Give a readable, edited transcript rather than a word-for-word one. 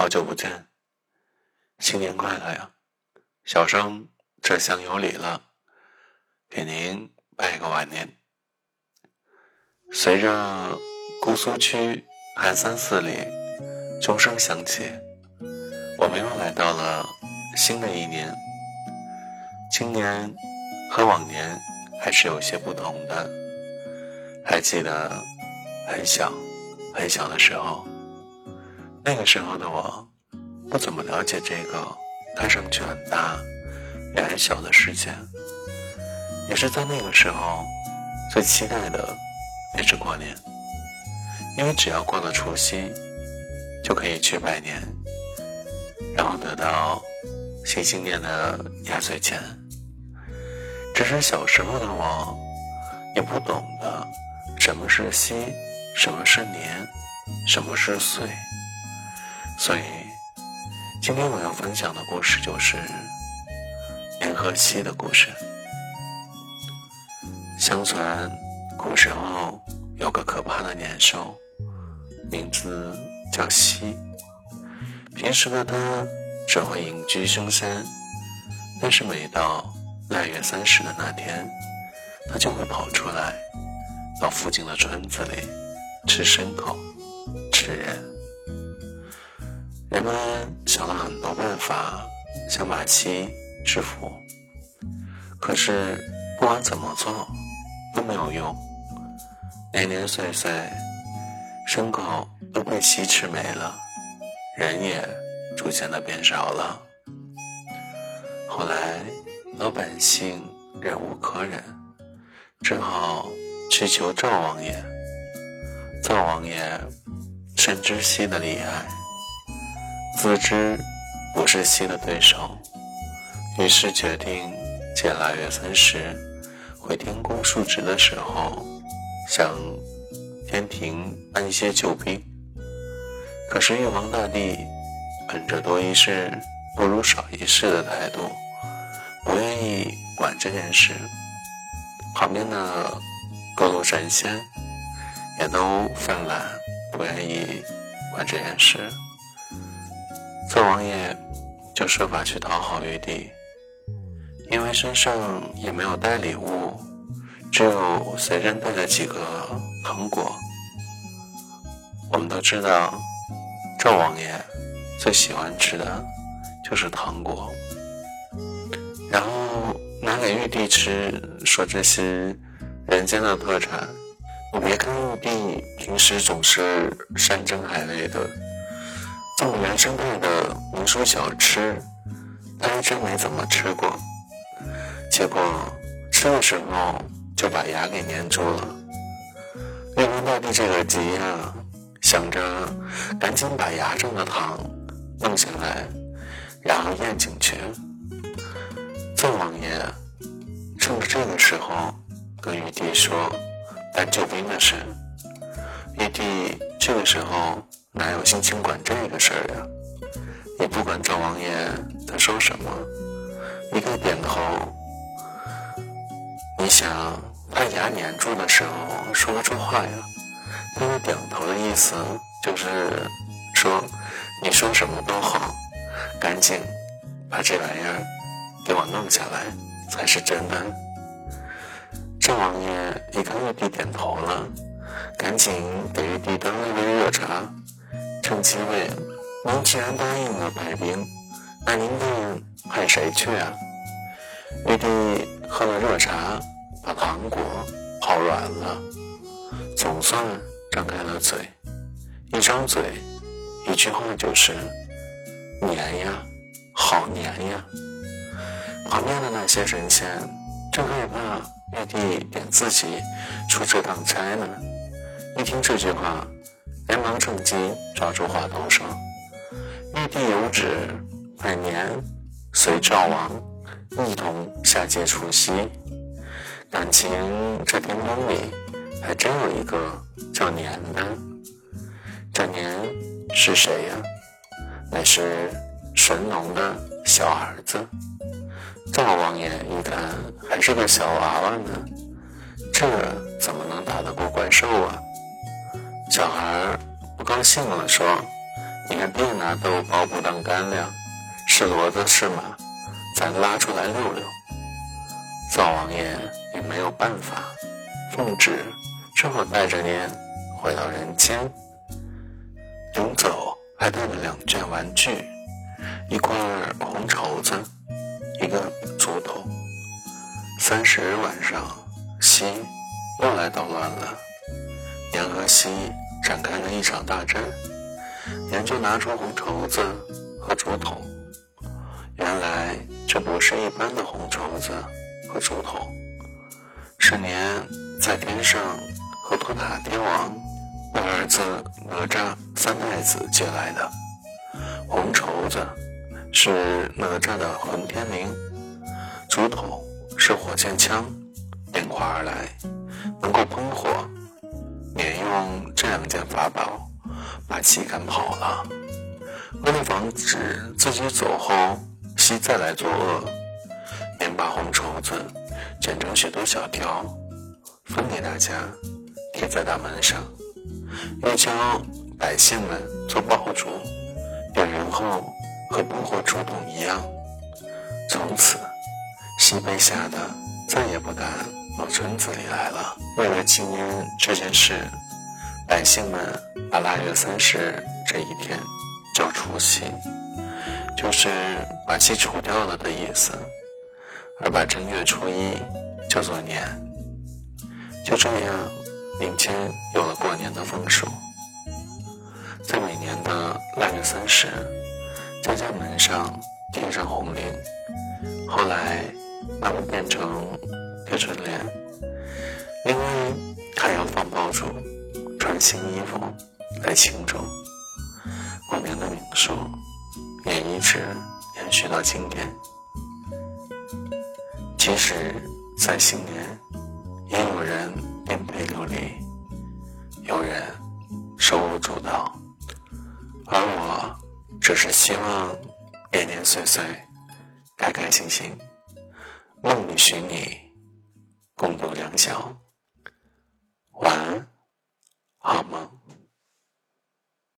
好久不见，新年快乐呀！小生这厢有礼了，给您拜个晚年。随着姑苏区寒三寺里钟声响起，我们又来到了新的一年。今年和往年还是有些不同的。还记得很小很小的时候，那个时候的我不怎么了解这个看上去很大也很小的世界，也是在那个时候最期待的也是过年，因为只要过了除夕就可以去拜年，然后得到新年的压岁钱。只是小时候的我也不懂得什么是夕，什么是年，什么是岁，所以今天我要分享的故事就是年和夕的故事。相传古时候有个可怕的年兽，名字叫夕。平时的他只会隐居深山，但是每到腊月30的那天，他就会跑出来，到附近的村子里吃牲口吃人。人们想了很多办法想把夕制服，可是不管怎么做都没有用，年年岁岁牲口都被夕吃没了，人也逐渐的变少了。后来老百姓忍无可忍，只好去求赵王爷。赵王爷深知夕的厉害，自知不是夕的对手，于是决定借腊月30回天宫述职的时候，向天庭搬一些救兵。可是玉皇大帝本着多一事不如少一事的态度，不愿意管这件事。旁边的各路神仙也都犯懒，不愿意管这件事。纣王爷就设法去讨好玉帝，因为身上也没有带礼物，只有随身带了几个糖果。我们都知道纣王爷最喜欢吃的就是糖果，然后拿给玉帝吃，说这是人间的特产。你别看玉帝平时总是山珍海味的，这么原生态的民俗小吃他还真没怎么吃过，结果吃的时候就把牙给粘住了。玉皇大帝这个急呀，想着赶紧把牙上的糖弄下来，然后咽进去。纣王爷趁着这个时候跟玉帝说搬救兵的事。玉帝这个时候哪有心情管这个事儿呀，也不管纣王爷在说什么，一个点头。你想他牙粘住的时候说不出话呀，他的点头的意思就是说你说什么都好，赶紧把这玩意儿给我弄下来才是真的。纣王爷一看玉帝点头了，赶紧给玉帝端了杯热茶，趁机问：您既然答应了派兵，那您看派谁去啊？玉帝喝了热茶，把糖果泡软了，总算张开了嘴。一张嘴，一句话就是年呀，好年呀。旁边的那些神仙正害怕玉帝点自己出这趟差呢，一听这句话连忙趁机抓住话头说：玉帝有旨，派年随赵王一同下界除夕。感情这天宫里还真有一个叫年的。这年是谁呀？乃是神农的小儿子。赵王爷一看还是个小娃娃呢，这怎么能打得过怪兽啊？小孩不高兴了说： 你还别拿豆包不当干粮，是骡子是马，咱拉出来溜溜。灶王爷也没有办法，奉旨只好带着您回到人间。临走还带了2件玩具，一块红绸子，一个竹筒。30日晚上，羲又来捣乱了。年和羲展开了一场大战，年就拿出红绸子和竹筒。原来这不是一般的红绸子和竹筒，是年在天上和托塔天王的儿子哪吒3太子借来的。红绸子是哪吒的混天绫，竹筒是火箭枪，变化而来，能够喷火。年用这2件法宝把羲赶跑了。为了防止自己走后羲再来作恶，年把红绸子剪成许多小条，分给大家贴在大门上，又教百姓们做爆竹，点燃后和不火竹筒一样。从此羲被吓得再也不敢往村子里来了。为了纪念这件事，百姓们把腊月30日这一天叫除夕，就是把气除掉了的意思，而把正月初1叫做年。就这样，民间有了过年的风俗。在每年的腊月30日，家家门上贴上红绫，后来慢慢变成贴春联。另外还要放爆竹，穿新衣服来庆祝。过年的民俗也一直延续到今天。即使在新年，也有人颠沛流离，有人手舞足蹈，而我只是希望年年岁岁开开心心，梦里许你共度良宵。晚安，好梦。